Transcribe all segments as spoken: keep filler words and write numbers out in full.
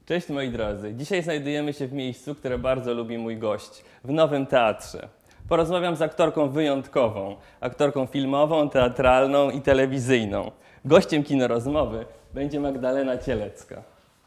Cześć moi drodzy, dzisiaj znajdujemy się w miejscu, które bardzo lubi mój gość, w Nowym Teatrze. Porozmawiam z aktorką wyjątkową, aktorką filmową, teatralną i telewizyjną. Gościem kinorozmowy będzie Magdalena Cielecka.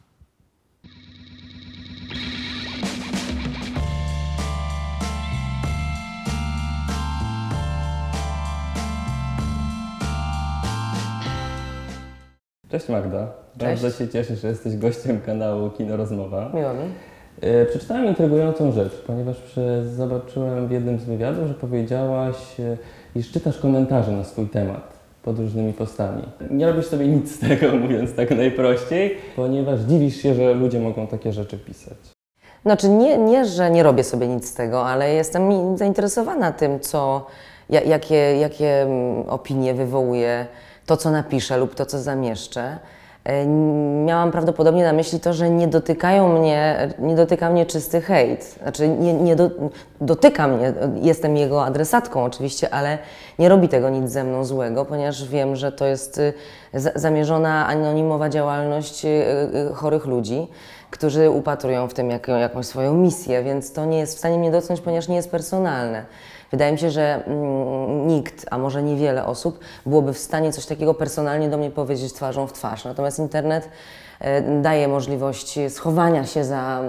Cześć Magda, Cześć. Bardzo się cieszę, że jesteś gościem kanału Kinorozmowa. Miło mi. E, Przeczytałem intrygującą rzecz, ponieważ przy, zobaczyłem w jednym z wywiadów, że powiedziałaś, e, iż czytasz komentarze na swój temat pod różnymi postami. Nie robisz sobie nic z tego, mówiąc tak najprościej, ponieważ dziwisz się, że ludzie mogą takie rzeczy pisać. Znaczy nie, nie, że nie robię sobie nic z tego, ale jestem zainteresowana tym, co, ja, jakie, jakie opinie wywołuje to, co napiszę lub to, co zamieszczę. Miałam prawdopodobnie na myśli to, że nie dotykają mnie, nie dotyka mnie czysty hejt. Znaczy nie, nie do, dotyka mnie, jestem jego adresatką oczywiście, ale nie robi tego nic ze mną złego, ponieważ wiem, że to jest zamierzona anonimowa działalność chorych ludzi, którzy upatrują w tym jaką, jakąś swoją misję, więc to nie jest w stanie mnie dotknąć, ponieważ nie jest personalne. Wydaje mi się, że mm, nikt, a może niewiele osób byłoby w stanie coś takiego personalnie do mnie powiedzieć twarzą w twarz. Natomiast internet y, daje możliwość schowania się za,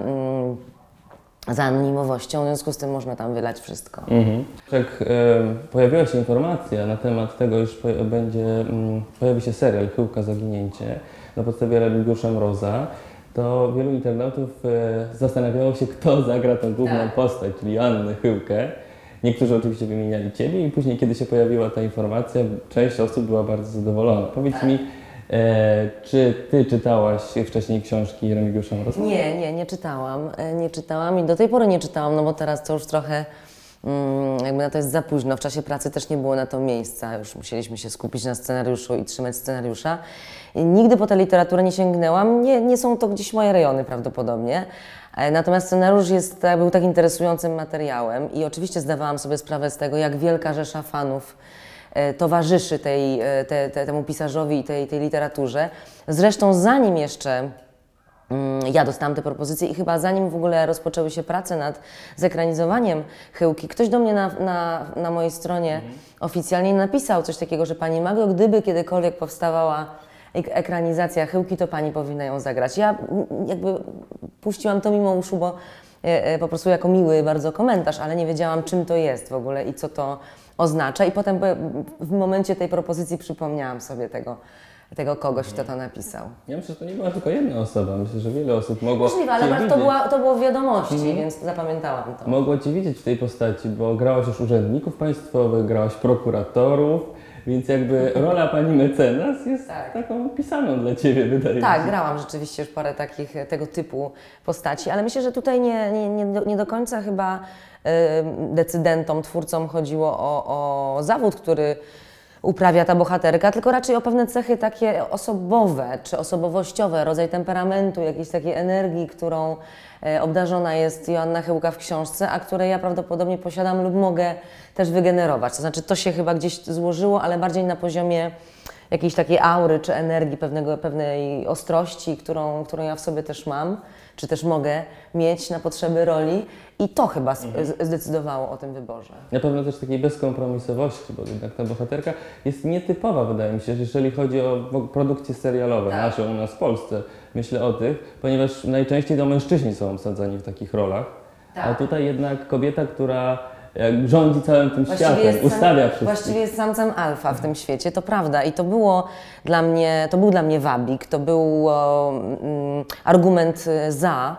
y, za anonimowością, w związku z tym można tam wylać wszystko. Mhm. Jak e, pojawiła się informacja na temat tego, iż po, będzie, mm, pojawi się serial Chyłka Zaginięcie na podstawie Remigiusza Mroza, to wielu internautów e, zastanawiało się, kto zagra tę główną Tak. postać, czyli Annę Chyłkę. Niektórzy oczywiście wymieniali Ciebie i później, kiedy się pojawiła ta informacja, część osób była bardzo zadowolona. Powiedz Tak. mi, e, czy Ty czytałaś wcześniej książki Remigiusza Mroza? Nie, nie, nie czytałam. E, Nie czytałam i do tej pory nie czytałam, no bo teraz to już trochę mm, jakby na to jest za późno. W czasie pracy też nie było na to miejsca. Już musieliśmy się skupić na scenariuszu i trzymać scenariusza. I nigdy po tę literaturę nie sięgnęłam. Nie, nie są to gdzieś moje rejony prawdopodobnie. E, Natomiast scenariusz jest, tak- był tak interesującym materiałem i oczywiście zdawałam sobie sprawę z tego, jak wielka rzesza fanów e, towarzyszy tej, e, te, te, temu pisarzowi i tej, tej literaturze. Zresztą zanim jeszcze mm, ja dostałam te propozycje i chyba zanim w ogóle rozpoczęły się prace nad zekranizowaniem Chyłki, ktoś do mnie na, na, na mojej stronie Mhm. oficjalnie napisał coś takiego, że Pani Magdo, gdyby kiedykolwiek powstawała ek- ekranizacja Chyłki, to Pani powinna ją zagrać. Ja mm, jakby puściłam to mimo uszu, bo e, e, po prostu jako miły bardzo komentarz, ale nie wiedziałam, czym to jest w ogóle i co to oznacza. I potem e, w momencie tej propozycji przypomniałam sobie tego, tego kogoś, kto to napisał. Ja myślę, że to nie była tylko jedna osoba. Myślę, że wiele osób mogło Możliwe, ale Cię akurat to, widzieć. była, to było w wiadomości, Mhm. więc zapamiętałam to. Mogło Cię widzieć w tej postaci, bo grałaś już urzędników państwowych, grałaś prokuratorów, więc jakby rola pani mecenas jest Tak. taką pisaną dla Ciebie, wydaje mi się. Tak, grałam rzeczywiście już parę takich e, tego typu postaci, ale myślę, że tutaj nie, nie, nie, do, nie do końca chyba e, decydentom, twórcom chodziło o, o zawód, który uprawia ta bohaterka, tylko raczej o pewne cechy takie osobowe czy osobowościowe, rodzaj temperamentu, jakiejś takiej energii, którą e, obdarzona jest Joanna Chyłka w książce, a której ja prawdopodobnie posiadam lub mogę też wygenerować. To znaczy to się chyba gdzieś złożyło, ale bardziej na poziomie jakiejś takiej aury czy energii, pewnego, pewnej ostrości, którą, którą ja w sobie też mam, czy też mogę mieć na potrzeby roli i to chyba z- z- zdecydowało o tym wyborze. Na pewno też takiej bezkompromisowości, bo jednak ta bohaterka jest nietypowa, wydaje mi się, jeżeli chodzi o w- produkcje serialowe, Tak. nasze u nas w Polsce. Myślę o tych, ponieważ najczęściej to mężczyźni są obsadzani w takich rolach, a Tak. tutaj jednak kobieta, która jak rządzi całym tym światem, jest ustawia sam, wszystkich. właściwie jest samcem alfa w tym świecie, to prawda. I to było dla mnie, to był dla mnie wabik, to był o, mm, argument y, za,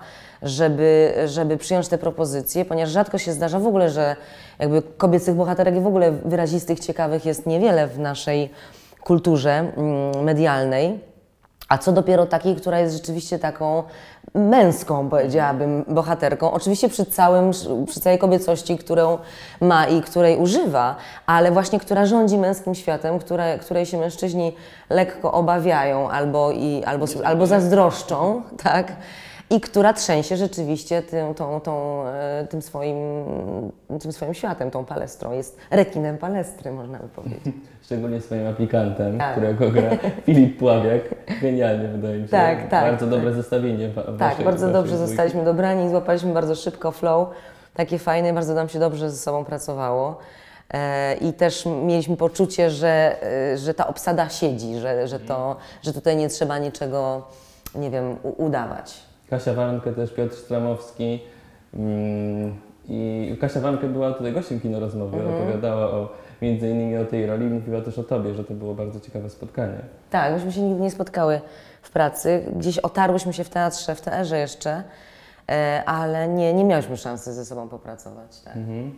żeby, żeby przyjąć te propozycje, ponieważ rzadko się zdarza w ogóle, że jakby kobiecych bohaterek i w ogóle wyrazistych, ciekawych jest niewiele w naszej kulturze mm, medialnej. A co dopiero takiej, która jest rzeczywiście taką męską, powiedziałabym, bohaterką. Oczywiście przy, całym, przy całej kobiecości, którą ma i której używa, ale właśnie która rządzi męskim światem, które, której się mężczyźni lekko obawiają albo, i, albo, albo zazdroszczą, tak? i która trzęsie rzeczywiście tym, tą, tą, e, tym, swoim, tym swoim światem, tą palestrą. Jest rekinem palestry, można by powiedzieć. Szczególnie swoim aplikantem, Tak. którego gra Filip Pławiak. Genialnie, wydaje mi się. Tak, tak. Bardzo dobre zestawienie wa- Tak, waszej, bardzo waszej dobrze dwójki. zostaliśmy dobrani, złapaliśmy bardzo szybko flow, takie fajne, bardzo nam się dobrze ze sobą pracowało. E, I też mieliśmy poczucie, że, e, że ta obsada siedzi, że, że, to, że tutaj nie trzeba niczego, nie wiem, u- udawać. Kasia Warnke, też Piotr Stramowski. Mm, I Kasia Warnke była tutaj gościem Kino Rozmowy, Mhm. opowiadała o, między innymi o tej roli, mówiła też o tobie, że to było bardzo ciekawe spotkanie. Tak, myśmy się nigdy nie spotkały w pracy. Gdzieś otarłyśmy się w teatrze, w teatrze jeszcze, e, ale nie, nie miałyśmy szansy ze sobą popracować. Tak. Mhm.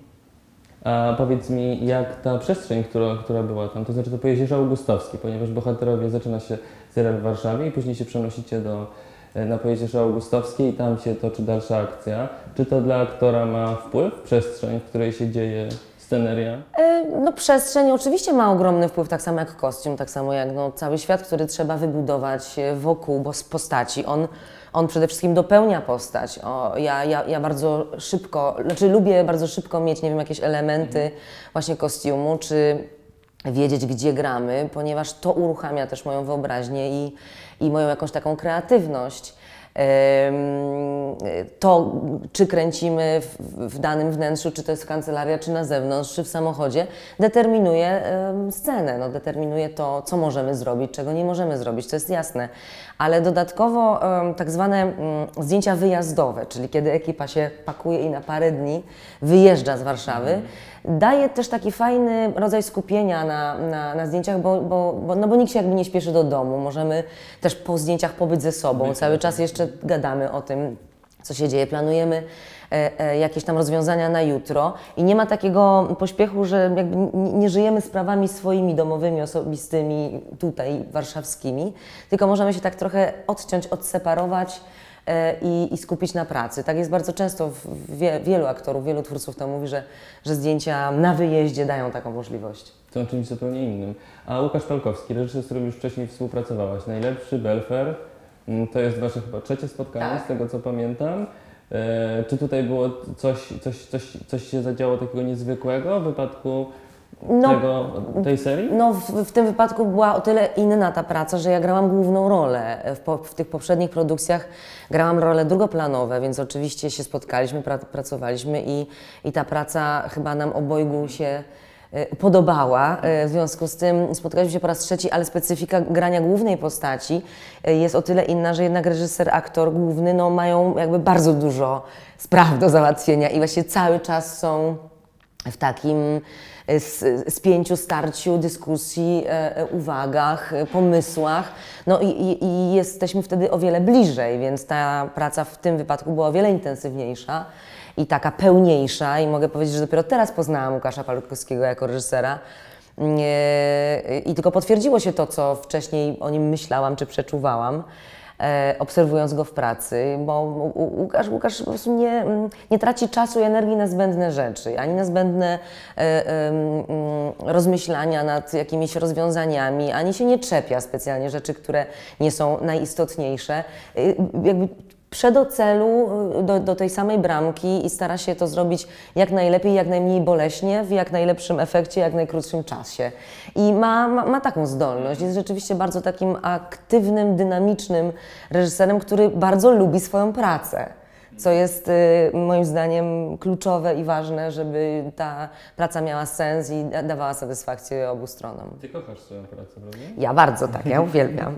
A powiedz mi, jak ta przestrzeń, która, która była tam, to znaczy to Pojezierze Augustowskie, ponieważ bohaterowie zaczyna się serial w Warszawie i później się przenosicie do, na Pojezierze Augustowskie i tam się toczy dalsza akcja. Czy to dla aktora ma wpływ, przestrzeń, w której się dzieje sceneria? E, No przestrzeń oczywiście ma ogromny wpływ, tak samo jak kostium, tak samo jak no, cały świat, który trzeba wybudować e, wokół bo z postaci. On, on przede wszystkim dopełnia postać. O, ja, ja, ja bardzo szybko, znaczy lubię bardzo szybko mieć, nie wiem, jakieś elementy właśnie kostiumu, czy wiedzieć, gdzie gramy, ponieważ to uruchamia też moją wyobraźnię i, i moją jakąś taką kreatywność. Em, To, czy kręcimy w, w danym wnętrzu, czy to jest kancelaria, czy na zewnątrz, czy w samochodzie, determinuje em, scenę, no, determinuje to, co możemy zrobić, czego nie możemy zrobić, to jest jasne. Ale dodatkowo em, tak zwane mm, zdjęcia wyjazdowe, czyli kiedy ekipa się pakuje i na parę dni wyjeżdża z Warszawy, daje też taki fajny rodzaj skupienia na, na, na zdjęciach, bo, bo, bo, no bo nikt się jakby nie śpieszy do domu. Możemy też po zdjęciach pobyć ze sobą. Cały czas jeszcze gadamy o tym, co się dzieje. Planujemy e, e, jakieś tam rozwiązania na jutro i nie ma takiego pośpiechu, że jakby nie, nie żyjemy sprawami swoimi domowymi, osobistymi, tutaj warszawskimi, tylko możemy się tak trochę odciąć, odseparować e, i, i skupić na pracy. Tak jest bardzo często w wie, wielu aktorów, wielu twórców to mówi, że, że zdjęcia na wyjeździe dają taką możliwość. Są czymś zupełnie innym. A Łukasz Palkowski, reżyser, z którym już wcześniej współpracowałaś, Najlepszy, Belfer, mm, to jest wasze chyba trzecie spotkanie, Tak. z tego co pamiętam. E, czy tutaj było coś, coś, coś, coś się zadziało takiego niezwykłego w wypadku No, tego, tej serii? No w, w tym wypadku była o tyle inna ta praca, że ja grałam główną rolę. W, po, w tych poprzednich produkcjach grałam role drugoplanowe, więc oczywiście się spotkaliśmy, pra, pracowaliśmy i, i ta praca chyba nam obojgu się y, podobała. Y, W związku z tym spotkaliśmy się po raz trzeci, ale specyfika grania głównej postaci y, jest o tyle inna, że jednak reżyser, aktor główny no, mają jakby bardzo dużo spraw do załatwienia i właśnie cały czas są w takim s- spięciu, starciu, dyskusji, e, e, uwagach, e, pomysłach. No i, i, i jesteśmy wtedy o wiele bliżej, więc ta praca w tym wypadku była o wiele intensywniejsza i taka pełniejsza i mogę powiedzieć, że dopiero teraz poznałam Łukasza Palkowskiego jako reżysera. E, I tylko potwierdziło się to, co wcześniej o nim myślałam czy przeczuwałam, e, obserwując go w pracy, bo U- Łukasz, Łukasz po prostu nie, mm, nie traci czasu i energii na zbędne rzeczy, ani na zbędne e, e, mm, rozmyślania nad jakimiś rozwiązaniami, ani się nie czepia specjalnie rzeczy, które nie są najistotniejsze. E, jakby prze do celu, do, do tej samej bramki i stara się to zrobić jak najlepiej, jak najmniej boleśnie, w jak najlepszym efekcie, jak najkrótszym czasie. I ma, ma, ma taką zdolność. Jest rzeczywiście bardzo takim aktywnym, dynamicznym reżyserem, który bardzo lubi swoją pracę. Co jest y, moim zdaniem kluczowe i ważne, żeby ta praca miała sens i da- dawała satysfakcję obu stronom. Ty kochasz swoją pracę, prawda? Ja bardzo tak, ja uwielbiam.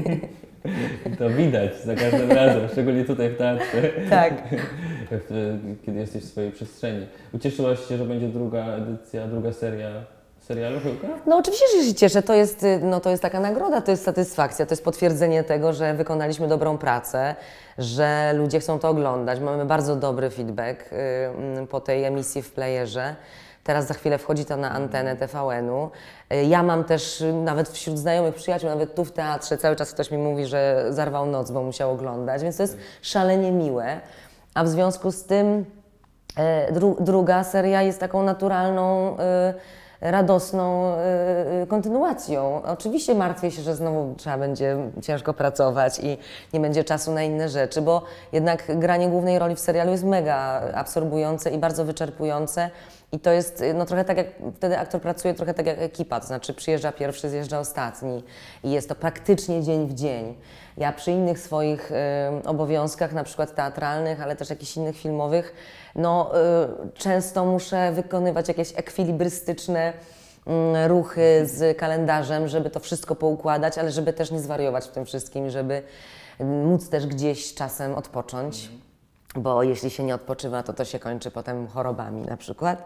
To widać za każdym razem, szczególnie tutaj w teatrze. Tak. W- Kiedy jesteś w swojej przestrzeni. Ucieszyłaś się, że będzie druga edycja, druga seria serialu Chyłka? No oczywiście, że się cieszę. To jest, y, no, to jest taka nagroda, to jest satysfakcja, to jest potwierdzenie tego, że wykonaliśmy dobrą pracę, że ludzie chcą to oglądać. Mamy bardzo dobry feedback y, mm, po tej emisji w playerze. Teraz za chwilę wchodzi to na antenę T V N-u. Y, Ja mam też y, nawet wśród znajomych przyjaciół, nawet tu w teatrze, cały czas ktoś mi mówi, że zarwał noc, bo musiał oglądać, więc to jest szalenie miłe. A w związku z tym e, dru, druga seria jest taką naturalną, e, radosną y, kontynuacją. Oczywiście martwię się, że znowu trzeba będzie ciężko pracować i nie będzie czasu na inne rzeczy, bo jednak granie głównej roli w serialu jest mega absorbujące i bardzo wyczerpujące. I to jest no, trochę tak, jak wtedy aktor pracuje trochę tak jak ekipa, to znaczy przyjeżdża pierwszy, zjeżdża ostatni i jest to praktycznie dzień w dzień. Ja przy innych swoich y, obowiązkach, na przykład teatralnych, ale też jakichś innych filmowych, no y, często muszę wykonywać jakieś ekwilibrystyczne y, ruchy z kalendarzem, żeby to wszystko poukładać, ale żeby też nie zwariować w tym wszystkim, żeby móc też gdzieś czasem odpocząć. Bo jeśli się nie odpoczywa, to to się kończy potem chorobami na przykład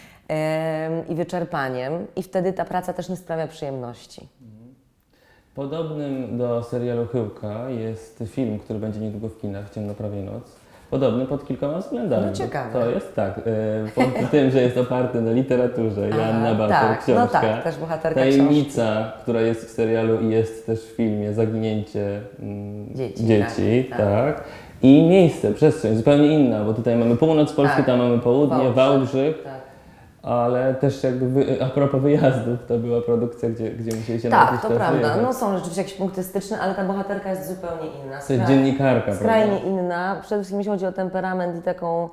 i wyczerpaniem i wtedy ta praca też nie sprawia przyjemności. Podobnym do serialu Chyłka jest film, który będzie niedługo w kinach, Ciemno prawie noc. Podobny pod kilkoma względami. No ciekawe. To jest tak, y, pod tym, że jest oparty na literaturze, Joanna Bator, tak, książka. no tak, też bohaterka Tajemnica, książki. która jest w serialu i jest też w filmie, Zaginięcie mm, Dzieci, dzieci tak, tak. I miejsce, przestrzeń zupełnie inna, bo tutaj mamy północ Polski, Tak. tam mamy południe, Wałbrzych, Wałbrzych. tak. Ale też jakby wy, a propos wyjazdów, to była produkcja, gdzie, gdzie musieliście na Tak, jakiś to czas prawda. wyjechać. No są rzeczywiście jakieś punkty styczne, ale ta bohaterka jest zupełnie inna. To jest Skra- dziennikarka, Skrajnie prawda? inna. Przede wszystkim jeśli chodzi o temperament i taką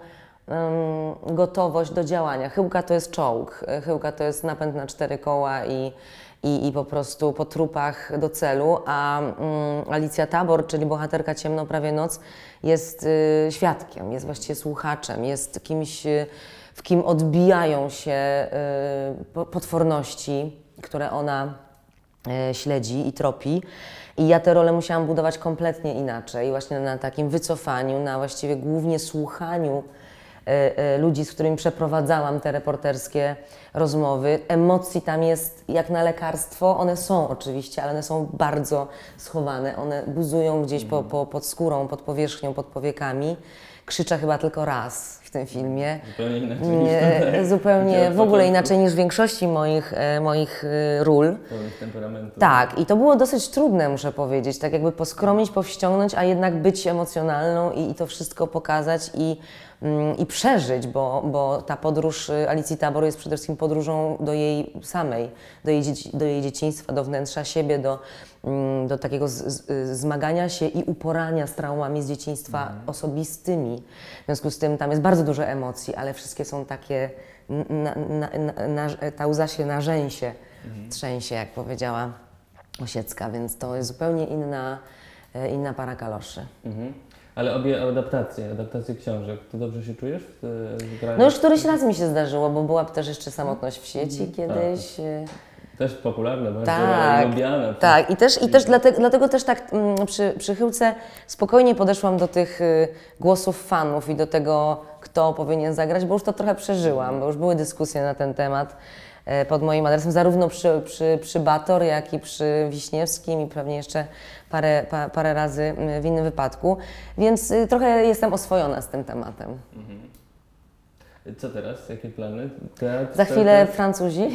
um, gotowość do działania. Chyłka to jest czołg. Chyłka to jest napęd na cztery koła i, i, i po prostu po trupach do celu, a um, Alicja Tabor, czyli bohaterka Ciemno prawie noc, jest y, świadkiem, jest właściwie słuchaczem, jest kimś, y, w kim odbijają się y, potworności, które ona y, śledzi i tropi. I ja tę rolę musiałam budować kompletnie inaczej, właśnie na takim wycofaniu, na właściwie głównie słuchaniu y, y, ludzi, z którymi przeprowadzałam te reporterskie rozmowy. Emocji tam jest jak na lekarstwo, one są oczywiście, ale one są bardzo schowane, one buzują gdzieś po, po, pod skórą, pod powierzchnią, pod powiekami. Krzyczę chyba tylko raz w tym filmie. Zupełnie inaczej niż Nie, tutaj. zupełnie Gdzie w ogóle od inaczej niż w większości moich, e, moich e, ról. pełnych temperamentu. Tak, i to było dosyć trudne, muszę powiedzieć, tak jakby poskromić, powściągnąć, a jednak być emocjonalną i, i to wszystko pokazać i, mm, i przeżyć, bo, bo ta podróż y, Alicji Tabor jest przede wszystkim podróżą do jej samej, do jej, dzieci, do jej dzieciństwa, do wnętrza siebie, do, mm, do takiego z, z, zmagania się i uporania z traumami z dzieciństwa osobistymi. W związku z tym tam jest bardzo dużo emocji, ale wszystkie są takie, na, na, na, na, ta łza się narzęsie, trzęsie, jak powiedziała Osiecka, więc to jest zupełnie inna, e, inna para kaloszy. Mhm. Ale obie adaptacje, adaptacje książek, ty dobrze się czujesz w, w graniu? No już któryś raz mi się zdarzyło, bo była też jeszcze Samotność w sieci kiedyś. e, Też popularne, bardzo Tak, lubiane. tak. I też, i też dlatego, dlatego też tak mm, przy, przy Chyłce spokojnie podeszłam do tych y, głosów fanów i do tego, kto powinien zagrać, bo już to trochę przeżyłam, bo już były dyskusje na ten temat y, pod moim adresem, zarówno przy, przy, przy Bator, jak i przy Wiśniewskim i pewnie jeszcze parę, pa, parę razy y, w innym wypadku, więc y, trochę jestem oswojona z tym tematem. Mhm. Co teraz? Jakie plany? Teatr, Za chwilę teatr? Francuzi.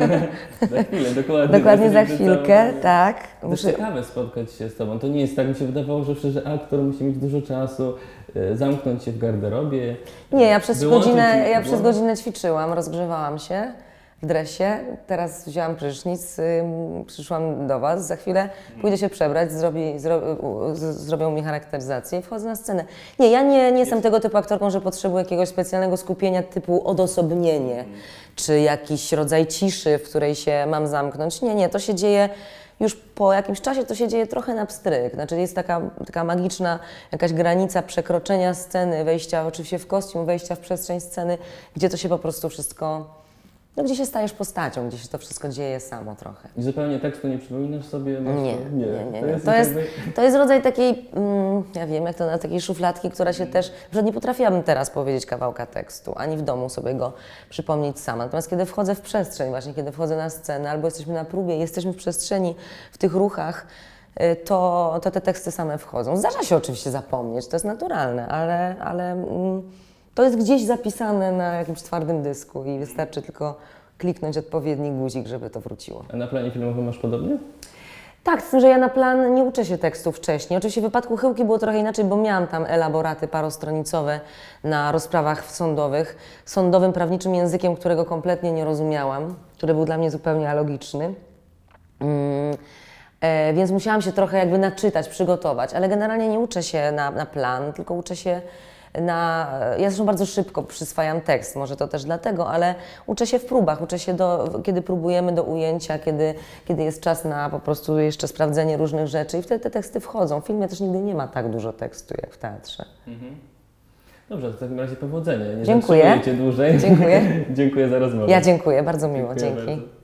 Za chwilę, dokładnie. Dokładnie za Dosyć chwilkę, całą- tak. To jest ciekawe spotkać się z Tobą. To nie jest tak, mi się wydawało, że przecież aktor musi mieć dużo czasu, y, zamknąć się w garderobie. Nie, ja przez wyłączyć godzinę, ja i- przez godzinę ćwiczyłam, rozgrzewałam się w dresie. Teraz wzięłam prysznic, ym, przyszłam do Was. Za chwilę pójdę się przebrać, zrobi, zro, u- z, zrobią mi charakteryzację i wchodzę na scenę. Nie, ja nie, nie jestem tego typu aktorką, że potrzebuję jakiegoś specjalnego skupienia typu odosobnienie, czy jakiś rodzaj ciszy, w której się mam zamknąć. Nie, nie, to się dzieje już po jakimś czasie, to się dzieje trochę na pstryk. Znaczy jest taka, taka magiczna jakaś granica przekroczenia sceny, wejścia oczywiście w kostium, wejścia w przestrzeń sceny, gdzie to się po prostu wszystko, no gdzie się stajesz postacią, gdzie się to wszystko dzieje samo trochę. I zupełnie tekstu nie przypominasz sobie? Masz Nie, to? nie, nie. nie. To jest, To jest, jakby- to jest rodzaj takiej, mm, ja wiem jak to na takiej szufladki, która się też, że nie potrafiłabym teraz powiedzieć kawałka tekstu, ani w domu sobie go przypomnieć sama. Natomiast kiedy wchodzę w przestrzeń, właśnie kiedy wchodzę na scenę, albo jesteśmy na próbie, jesteśmy w przestrzeni, w tych ruchach, y, to, to te teksty same wchodzą. Zdarza się oczywiście zapomnieć, to jest naturalne, ale, ale mm, to jest gdzieś zapisane na jakimś twardym dysku i wystarczy tylko kliknąć odpowiedni guzik, żeby to wróciło. A na planie filmowym masz podobnie? Tak, z tym, że ja na plan nie uczę się tekstów wcześniej. Oczywiście w wypadku Chyłki było trochę inaczej, bo miałam tam elaboraty parostronicowe na rozprawach sądowych, sądowym, prawniczym językiem, którego kompletnie nie rozumiałam, który był dla mnie zupełnie alogiczny. Mm, e, więc musiałam się trochę jakby naczytać, przygotować, ale generalnie nie uczę się na, na plan, tylko uczę się na... Ja zresztą bardzo szybko przyswajam tekst, może to też dlatego, ale uczę się w próbach, uczę się, do, kiedy próbujemy do ujęcia, kiedy, kiedy jest czas na po prostu jeszcze sprawdzenie różnych rzeczy i wtedy te teksty wchodzą. W filmie też nigdy nie ma tak dużo tekstu jak w teatrze. Mhm. Dobrze, to w takim razie powodzenia. Nie Dziękuję. zatrzymuję Cię dłużej. Dziękuję. Dziękuję za rozmowę. Ja dziękuję, bardzo miło, Dziękuję dzięki. bardzo.